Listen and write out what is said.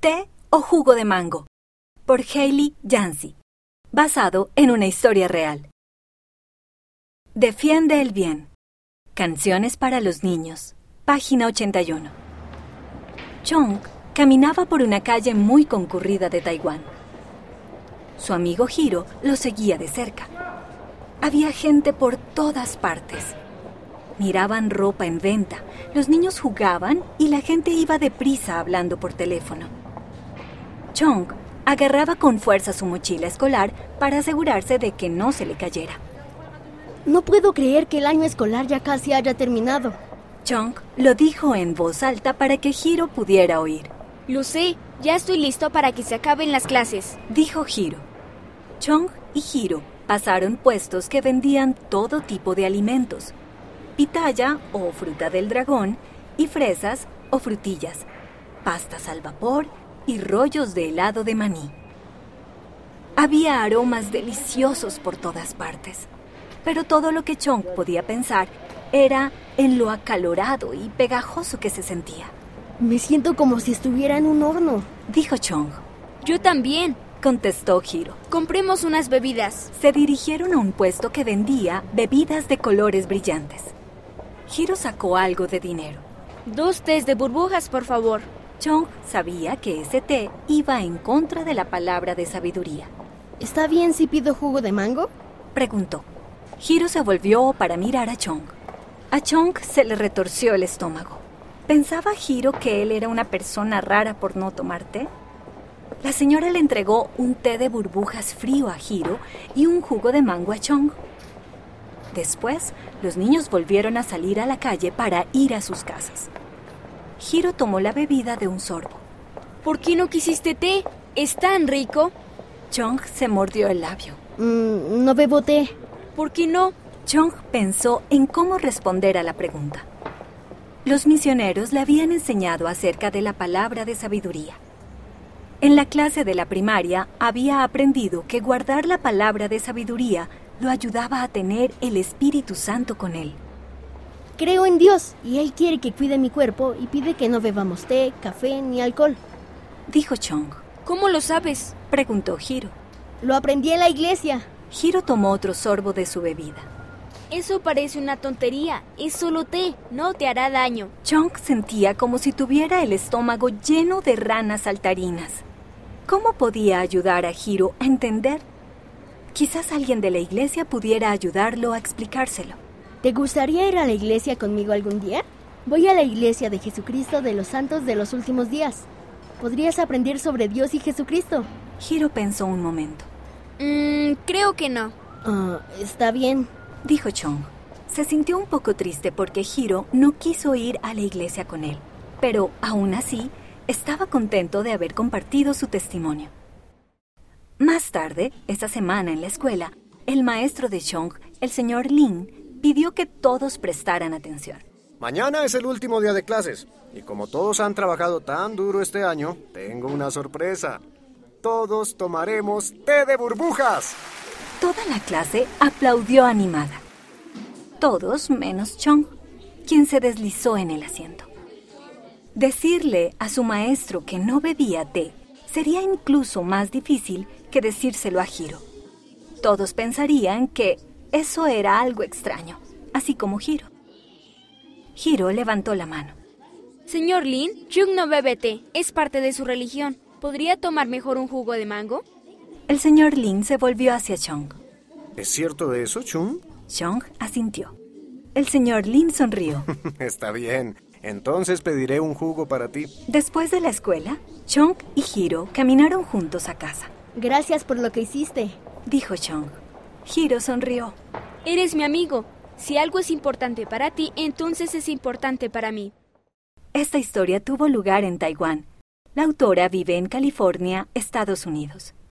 ¿Té o jugo de mango? Por Hailey Yancey, basado en una historia real. Defiende el bien. Canciones para los niños. Página 81. Chong caminaba por una calle muy concurrida de Taiwán. Su amigo Hiro lo seguía de cerca. Había gente por todas partes. Miraban ropa en venta, los niños jugaban y la gente iba deprisa hablando por teléfono. Chong agarraba con fuerza su mochila escolar para asegurarse de que no se le cayera. No puedo creer que el año escolar ya casi haya terminado. Chong lo dijo en voz alta para que Hiro pudiera oír. Lo sé, ya estoy listo para que se acaben las clases, dijo Hiro. Chong y Hiro pasaron puestos que vendían todo tipo de alimentos, pitaya o fruta del dragón y fresas o frutillas, pastas al vapor y rollos de helado de maní. Había aromas deliciosos por todas partes, pero todo lo que Chong podía pensar era en lo acalorado y pegajoso que se sentía. Me siento como si estuviera en un horno, dijo Chong. Yo también, contestó Hiro. Compremos unas bebidas. Se dirigieron a un puesto que vendía bebidas de colores brillantes. Hiro sacó algo de dinero. 2 tés de burbujas, por favor. Chong sabía que ese té iba en contra de la palabra de sabiduría. ¿Está bien si pido jugo de mango?, preguntó. Hiro se volvió para mirar a Chong. A Chong se le retorció el estómago. ¿Pensaba Hiro que él era una persona rara por no tomar té? La señora le entregó un té de burbujas frío a Hiro y un jugo de mango a Chong. Después, los niños volvieron a salir a la calle para ir a sus casas. Hiro tomó la bebida de un sorbo. ¿Por qué no quisiste té? ¿Es tan rico? Chong se mordió el labio. No bebo té. ¿Por qué no? Chong pensó en cómo responder a la pregunta. Los misioneros le habían enseñado acerca de la palabra de sabiduría. En la clase de la primaria había aprendido que guardar la palabra de sabiduría lo ayudaba a tener el Espíritu Santo con él. Creo en Dios y Él quiere que cuide mi cuerpo y pide que no bebamos té, café ni alcohol, dijo Chong. ¿Cómo lo sabes?, preguntó Hiro. Lo aprendí en la iglesia. Hiro tomó otro sorbo de su bebida. Eso parece una tontería. Es solo té, no te hará daño. Chong sentía como si tuviera el estómago lleno de ranas saltarinas. ¿Cómo podía ayudar a Hiro a entender? Quizás alguien de la iglesia pudiera ayudarlo a explicárselo. ¿Te gustaría ir a la iglesia conmigo algún día? Voy a la iglesia de Jesucristo de los Santos de los Últimos Días. ¿Podrías aprender sobre Dios y Jesucristo? Hiro pensó un momento. Creo que no. Está bien, dijo Chong. Se sintió un poco triste porque Hiro no quiso ir a la iglesia con él, pero aún así estaba contento de haber compartido su testimonio. Más tarde, esa semana en la escuela, el maestro de Chong, el señor Lin, pidió que todos prestaran atención. Mañana es el último día de clases, y como todos han trabajado tan duro este año, tengo una sorpresa. Todos tomaremos té de burbujas. Toda la clase aplaudió animada. Todos menos Chong, quien se deslizó en el asiento. Decirle a su maestro que no bebía té sería incluso más difícil que decírselo a Hiro. Todos pensarían que eso era algo extraño, así como Hiro. Hiro levantó la mano. Señor Lin, Chong no bebe té, es parte de su religión. ¿Podría tomar mejor un jugo de mango? El señor Lin se volvió hacia Chong. ¿Es cierto eso, Chong? Chong asintió. El señor Lin sonrió. Está bien. Entonces pediré un jugo para ti. Después de la escuela, Chong y Hiro caminaron juntos a casa. Gracias por lo que hiciste, dijo Chong. Hiro sonrió. Eres mi amigo. Si algo es importante para ti, entonces es importante para mí. Esta historia tuvo lugar en Taiwán. La autora vive en California, Estados Unidos.